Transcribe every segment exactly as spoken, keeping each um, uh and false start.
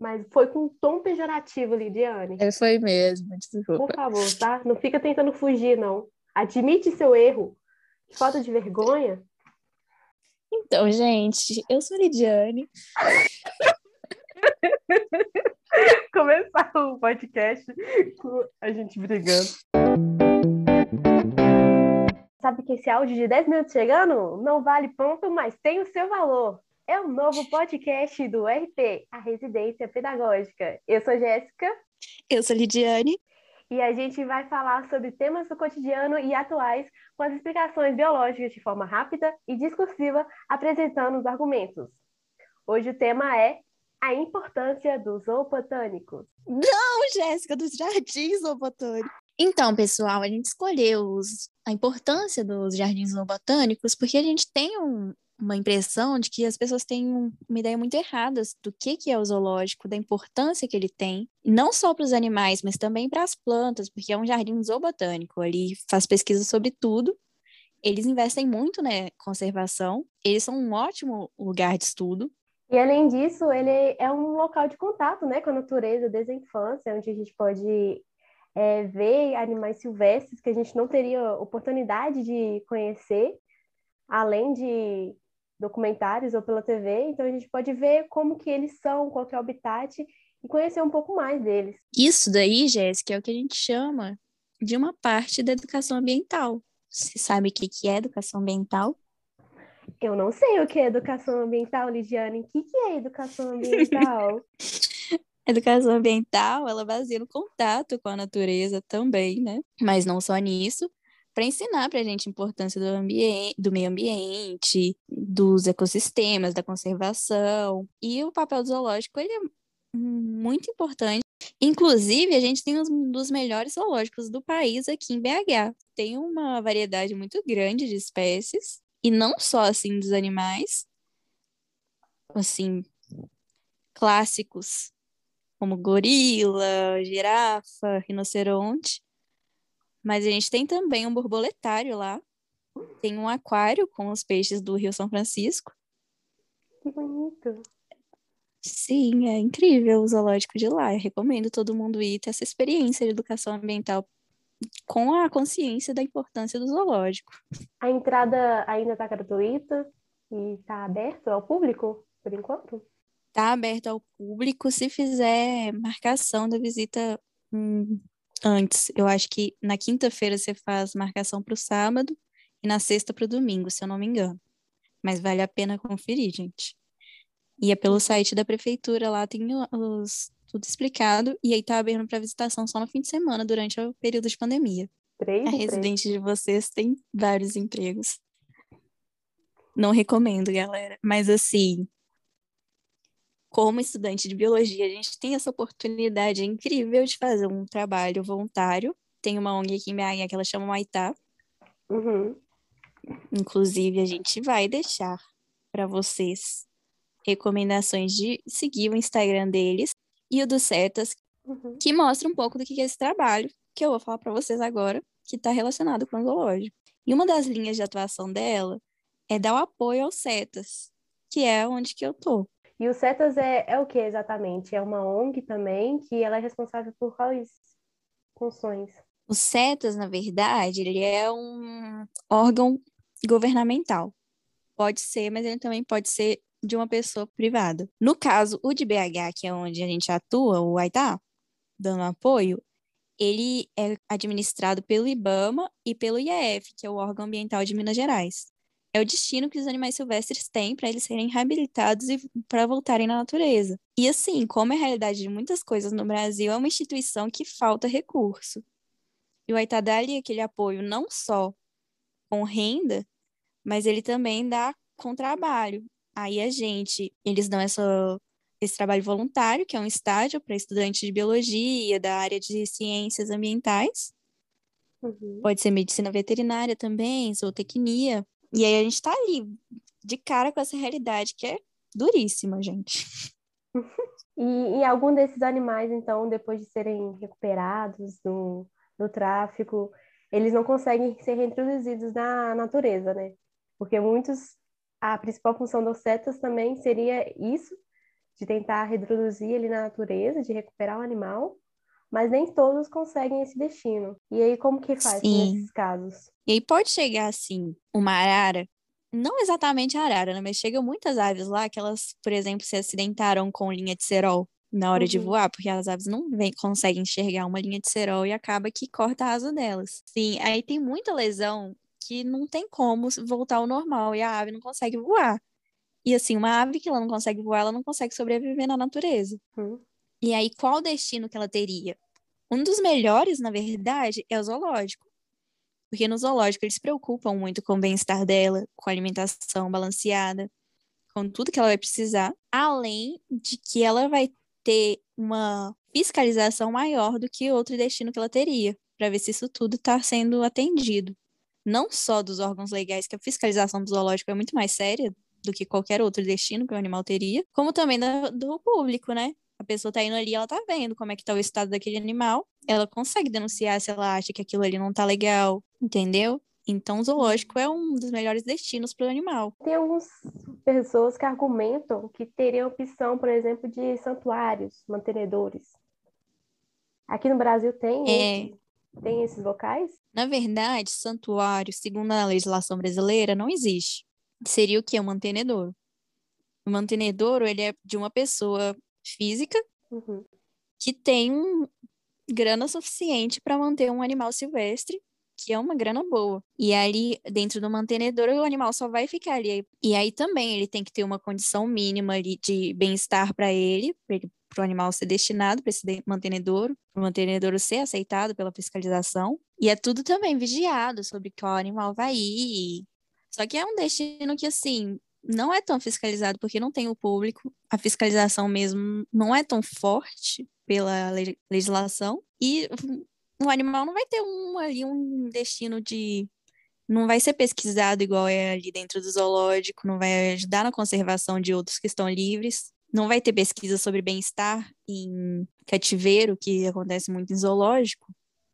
Mas foi com um tom pejorativo, Lidiane. É, foi mesmo, Por desculpa. favor, tá? Não fica tentando fugir, não. Admite seu erro. Que falta de vergonha. Então, gente, eu sou a Lidiane. Começar o podcast com a gente brigando. Sabe que esse áudio de dez minutos chegando não vale ponto, mas tem o seu valor. É o novo podcast do R P, a Residência Pedagógica. Eu sou Jéssica. Eu sou a Lidiane. E a gente vai falar sobre temas do cotidiano e atuais com as explicações biológicas de forma rápida e discursiva, apresentando os argumentos. Hoje o tema é a importância dos zoobotânicos. Não, Jéssica, dos jardins zoobotânicos. Então, pessoal, a gente escolheu os, a importância dos jardins zoobotânicos porque a gente tem um, uma impressão de que as pessoas têm um, uma ideia muito errada do que, que é o zoológico, da importância que ele tem, não só para os animais, mas também para as plantas, porque é um jardim zoobotânico, ali faz pesquisa sobre tudo, eles investem muito na conservação, eles são um ótimo lugar de estudo. E, além disso, ele é um local de contato, né, com a natureza desde a infância, onde a gente pode é, ver animais silvestres que a gente não teria oportunidade de conhecer, além de documentários ou pela T V. Então, a gente pode ver como que eles são, qual que é o habitat e conhecer um pouco mais deles. Isso daí, Jéssica, é o que a gente chama de uma parte da educação ambiental. Você sabe o que que é educação ambiental? Eu não sei o que é educação ambiental, Lidiane. O que que é educação ambiental? Educação ambiental, ela baseia no contato com a natureza também, né? Mas não só nisso, para ensinar para a gente a importância do ambiente, do meio ambiente, dos ecossistemas, da conservação. E o papel do zoológico, ele é muito importante. Inclusive, a gente tem um dos melhores zoológicos do país aqui em B H. Tem uma variedade muito grande de espécies, e não só, assim, dos animais, assim, clássicos, como gorila, girafa, rinoceronte. Mas a gente tem também um borboletário lá. Tem um aquário com os peixes do Rio São Francisco. Que bonito. Sim, é incrível o zoológico de lá. Eu recomendo todo mundo ir ter essa experiência de educação ambiental com a consciência da importância do zoológico. A entrada ainda está gratuita e está aberto ao público, por enquanto? Está aberto ao público se fizer marcação da visita hum, antes. Eu acho que na quinta-feira você faz marcação para o sábado e na sexta para o domingo, se eu não me engano. Mas vale a pena conferir, gente. E é pelo site da prefeitura, lá tem os, tudo explicado, e aí tá aberto para visitação só no fim de semana, durante o período de pandemia. Três A e três. residente de vocês tem vários empregos. Não recomendo, galera. Mas assim, como estudante de biologia, a gente tem essa oportunidade incrível de fazer um trabalho voluntário. Tem uma O N G aqui em B H que ela chama Maitá. Uhum. Inclusive, a gente vai deixar para vocês recomendações de seguir o Instagram deles e o do Setas, Uhum. que mostra um pouco do que é esse trabalho, que eu vou falar para vocês agora, que está relacionado com o zoológico. E uma das linhas de atuação dela é dar o apoio aos Setas, que é onde que eu tô. E o Setas é, é o que exatamente? É uma O N G também, que ela é responsável por quais funções? O Setas, na verdade, ele é um órgão governamental. Pode ser, mas ele também pode ser de uma pessoa privada. No caso, o de B H, que é onde a gente atua, o Aitá, dando apoio, ele é administrado pelo IBAMA e pelo I A F, que é o órgão ambiental de Minas Gerais. É o destino que os animais silvestres têm para eles serem reabilitados e para voltarem na natureza. E assim, como é a realidade de muitas coisas no Brasil, é uma instituição que falta recurso. E o Aitá dá ali aquele apoio não só com renda, mas ele também dá com trabalho. Aí a gente, eles dão essa, esse trabalho voluntário, que é um estágio para estudantes de biologia, da área de ciências ambientais. Uhum. Pode ser medicina veterinária também, zootecnia. E aí a gente tá ali, de cara com essa realidade, que é duríssima, gente. E, e algum desses animais, então, depois de serem recuperados do, do tráfico, eles não conseguem ser reintroduzidos na natureza, né? Porque muitos, a principal função dos setas também seria isso, de tentar reproduzir ali na natureza, de recuperar o animal, mas nem todos conseguem esse destino. E aí, como que faz nesses Sim. casos? E aí pode chegar, assim, uma arara, não exatamente a arara, né? Mas chegam muitas aves lá que elas, por exemplo, se acidentaram com linha de cerol na hora de Uhum, voar, porque as aves não vem, conseguem enxergar uma linha de cerol e acaba que corta a asa delas. Sim, aí tem muita lesão que não tem como voltar ao normal e a ave não consegue voar. E assim, uma ave que ela não consegue voar, ela não consegue sobreviver na natureza. uhum, E aí, qual o destino que ela teria? Um dos melhores, na verdade, é o zoológico. Porque no zoológico eles se preocupam muito com o bem-estar dela, com a alimentação balanceada, com tudo que ela vai precisar, além de que ela vai ter uma fiscalização maior do que outro destino que ela teria, para ver se isso tudo está sendo atendido. Não só dos órgãos legais, que a fiscalização do zoológico é muito mais séria do que qualquer outro destino que o animal teria, como também da- do público, né? A pessoa tá indo ali, ela tá vendo como é que tá o estado daquele animal, ela consegue denunciar se ela acha que aquilo ali não tá legal, entendeu? Então, o uhum. zoológico é um dos melhores destinos para o animal. Tem algumas pessoas que argumentam que teriam opção, por exemplo, de santuários, mantenedores. Aqui no Brasil tem É, esse, tem esses locais? na verdade, santuário, segundo a legislação brasileira, não existe. Seria o quê? Um mantenedouro. O mantenedouro, ele é de uma pessoa física Uhum. que tem um grana suficiente para manter um animal silvestre, que é uma grana boa. E ali, dentro do mantenedor, o animal só vai ficar ali. E aí também ele tem que ter uma condição mínima ali de bem-estar para ele, para o animal ser destinado para esse de- mantenedouro, para o mantenedouro ser aceitado pela fiscalização. E é tudo também vigiado sobre qual animal vai ir. Só que é um destino que, assim, não é tão fiscalizado porque não tem o público. A fiscalização mesmo não é tão forte pela le- legislação. E o animal não vai ter um ali um destino de. Não vai ser pesquisado igual é ali dentro do zoológico, não vai ajudar na conservação de outros que estão livres. Não vai ter pesquisa sobre bem-estar em cativeiro, que acontece muito em zoológico.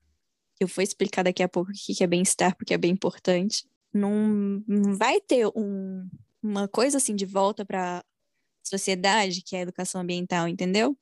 Eu vou explicar daqui a pouco o que que é bem-estar, porque é bem importante. Não, não vai ter um, uma coisa assim de volta para a sociedade, que é a educação ambiental, entendeu?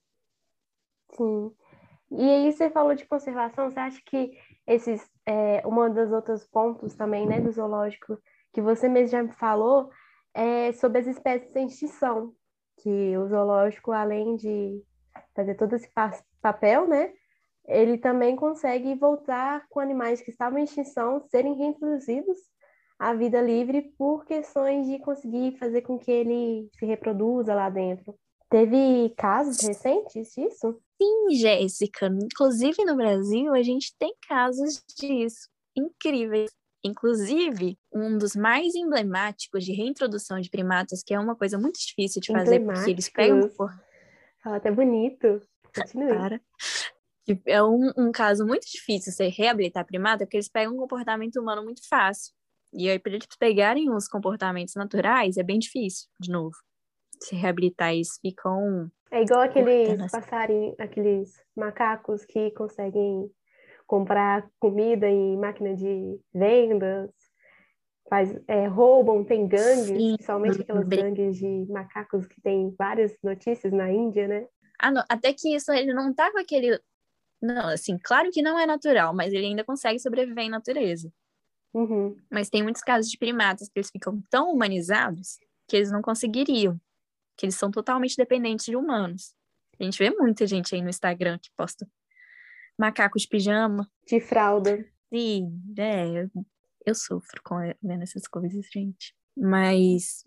Sim. E aí você falou de conservação, você acha que esses, é, uma das outros pontos também, né, do zoológico, que você mesmo já me falou, é sobre as espécies em extinção, que o zoológico, além de fazer todo esse pa- papel, né, ele também consegue voltar com animais que estavam em extinção serem reintroduzidos à vida livre por questões de conseguir fazer com que ele se reproduza lá dentro. Teve casos recentes disso? Sim, Jéssica. Inclusive no Brasil, a gente tem casos disso. Incríveis. Inclusive, um dos mais emblemáticos de reintrodução de primatas, que é uma coisa muito difícil de fazer, porque eles pegam Emblemáticos. Fala até bonito. Continue. para. que É um, um caso muito difícil você reabilitar primata, porque eles pegam um comportamento humano muito fácil. E aí, para eles pegarem os comportamentos naturais, é bem difícil, de novo. Se reabilitar, eles ficam É igual cortando aqueles as. passarinhos, aqueles macacos que conseguem comprar comida em máquina de vendas, faz, é, roubam, tem gangues, Sim, principalmente aquelas gangues de macacos que tem várias notícias na Índia, né? ah, não, até que isso ele não tá com aquele. Não, assim, claro que não é natural, mas ele ainda consegue sobreviver em natureza. Uhum. Mas tem muitos casos de primatas que eles ficam tão humanizados que eles não conseguiriam, que eles são totalmente dependentes de humanos. A gente vê muita gente aí no Instagram que posta macaco de pijama. De fralda. E, é, eu, eu sofro com vendo essas coisas, gente. Mas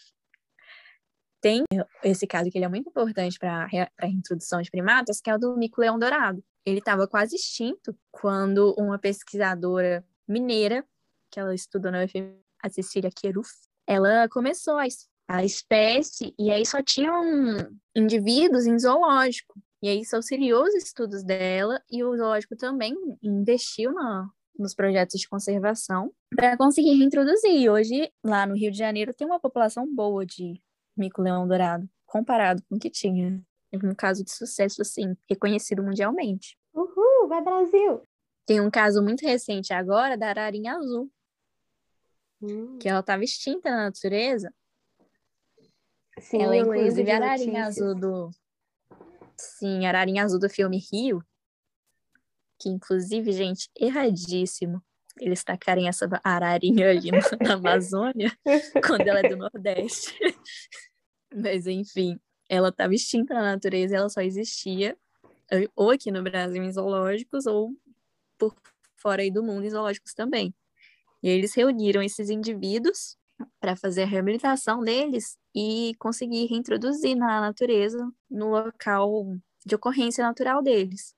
tem esse caso que ele é muito importante para a reintrodução de primatas, que é o do mico-leão-dourado. Ele estava quase extinto quando uma pesquisadora mineira, que ela estudou na U F M, a Cecília Queruf, ela começou a, a espécie e aí só tinham indivíduos em zoológico. E aí isso auxiliou os estudos dela e o zoológico também investiu na, nos projetos de conservação para conseguir reintroduzir. E hoje, lá no Rio de Janeiro, tem uma população boa de mico-leão-dourado, comparado com o que tinha. É um caso de sucesso, assim, reconhecido mundialmente. Uhul, vai Brasil! Tem um caso muito recente agora da ararinha azul, Hum. que ela estava extinta na natureza, Sim, Ela é, eu lembro inclusive, de a ararinha notícias. azul do... Sim, a ararinha azul do filme Rio, que, inclusive, gente, erradíssimo eles tacarem essa ararinha ali no- na Amazônia, quando ela é do Nordeste. Mas, enfim, ela estava extinta na natureza e ela só existia ou aqui no Brasil em zoológicos ou por fora aí do mundo em zoológicos também. E aí eles reuniram esses indivíduos para fazer a reabilitação deles e conseguir reintroduzir na natureza, no local de ocorrência natural deles.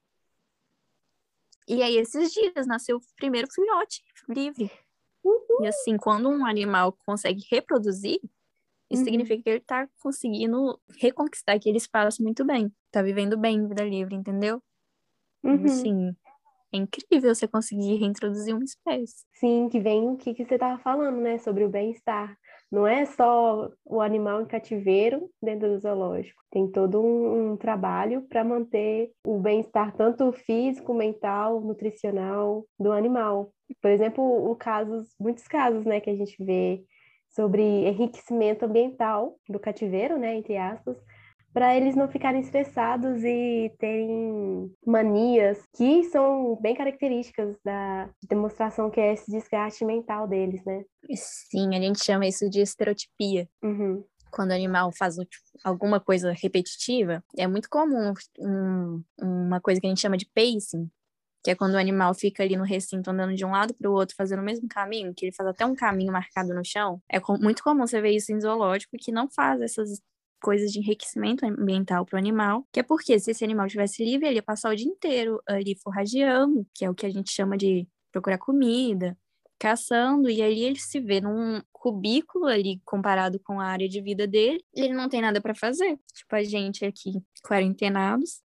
E aí, esses dias, nasceu o primeiro filhote livre. E assim, quando um animal consegue reproduzir, isso Uhum. significa que ele tá conseguindo reconquistar aquele espaço muito bem. Tá vivendo bem vida livre, entendeu? Uhum. Assim, é incrível você conseguir reintroduzir uma espécie. Sim, que vem o que, que você estava falando, né, sobre o bem-estar. Não é só o animal em cativeiro dentro do zoológico. Tem todo um, um trabalho para manter o bem-estar tanto físico, mental, nutricional do animal. Por exemplo, o casos, muitos casos, né, que a gente vê sobre enriquecimento ambiental do cativeiro, né, entre aspas, para eles não ficarem estressados e terem manias que são bem características da demonstração que é esse desgaste mental deles, né? Sim, a gente chama isso de estereotipia. Uhum. Quando o animal faz tipo, alguma coisa repetitiva, é muito comum um, uma coisa que a gente chama de pacing, que é quando o animal fica ali no recinto andando de um lado para o outro, fazendo o mesmo caminho, que ele faz até um caminho marcado no chão. É com, muito comum você ver isso em zoológico, que não faz essas coisas de enriquecimento ambiental para o animal, que é porque se esse animal estivesse livre, ele ia passar o dia inteiro ali forrageando, que é o que a gente chama de procurar comida, caçando, e aí ele se vê num cubículo ali comparado com a área de vida dele, e ele não tem nada para fazer. Tipo a gente aqui, quarentenados,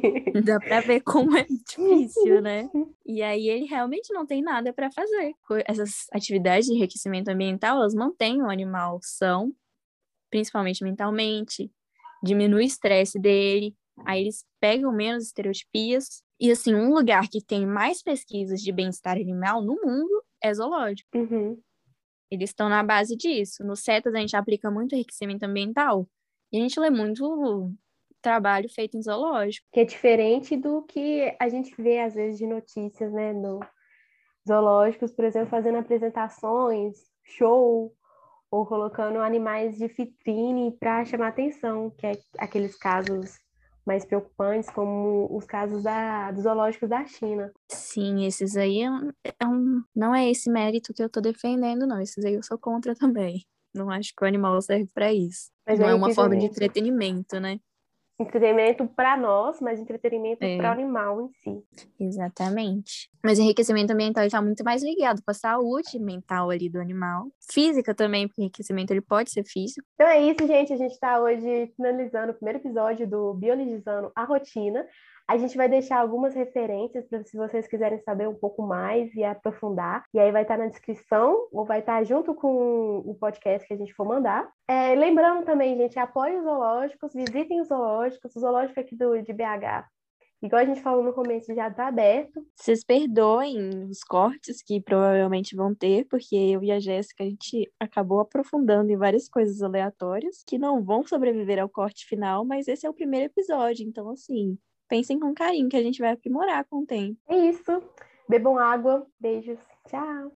dá pra ver como é difícil, né? E aí ele realmente não tem nada para fazer. Essas atividades de enriquecimento ambiental, elas mantêm o animal são, principalmente mentalmente, diminui o estresse dele, aí eles pegam menos estereotipias. E assim, um lugar que tem mais pesquisas de bem-estar animal no mundo é zoológico. Uhum. Eles estão na base disso. No CETAS a gente aplica muito enriquecimento ambiental e a gente lê muito trabalho feito em zoológico. Que é diferente do que a gente vê às vezes de notícias, né, no zoológicos, por exemplo, fazendo apresentações, show, ou colocando animais de vitrine para chamar atenção, que é aqueles casos mais preocupantes, como os casos da, dos zoológicos da China. Sim, esses aí é um, é um- não é esse mérito que eu tô defendendo, não. Esses aí eu sou contra também. Não acho que o animal serve para isso. Mas o Não é uma forma de enriquecimento, entretenimento, né? entretenimento para nós, mas entretenimento para o É, animal em si. exatamente. Mas o enriquecimento ambiental está muito mais ligado com a saúde mental ali do animal. Física também, porque o enriquecimento ele pode ser físico. Então é isso, gente. A gente está hoje finalizando o primeiro episódio do Biologizando a Rotina. A gente vai deixar algumas referências para se vocês quiserem saber um pouco mais e aprofundar. E aí vai estar na descrição ou vai estar junto com o podcast que a gente for mandar. É, lembrando também, gente, apoiem os zoológicos, visitem os zoológicos. O zoológico aqui do, de B H, igual a gente falou no começo, já está aberto. Vocês perdoem os cortes que provavelmente vão ter, porque eu e a Jéssica, a gente acabou aprofundando em várias coisas aleatórias que não vão sobreviver ao corte final, mas esse é o primeiro episódio, então assim, pensem com carinho que a gente vai aprimorar com o tempo. É isso. Bebam água. Beijos. Tchau.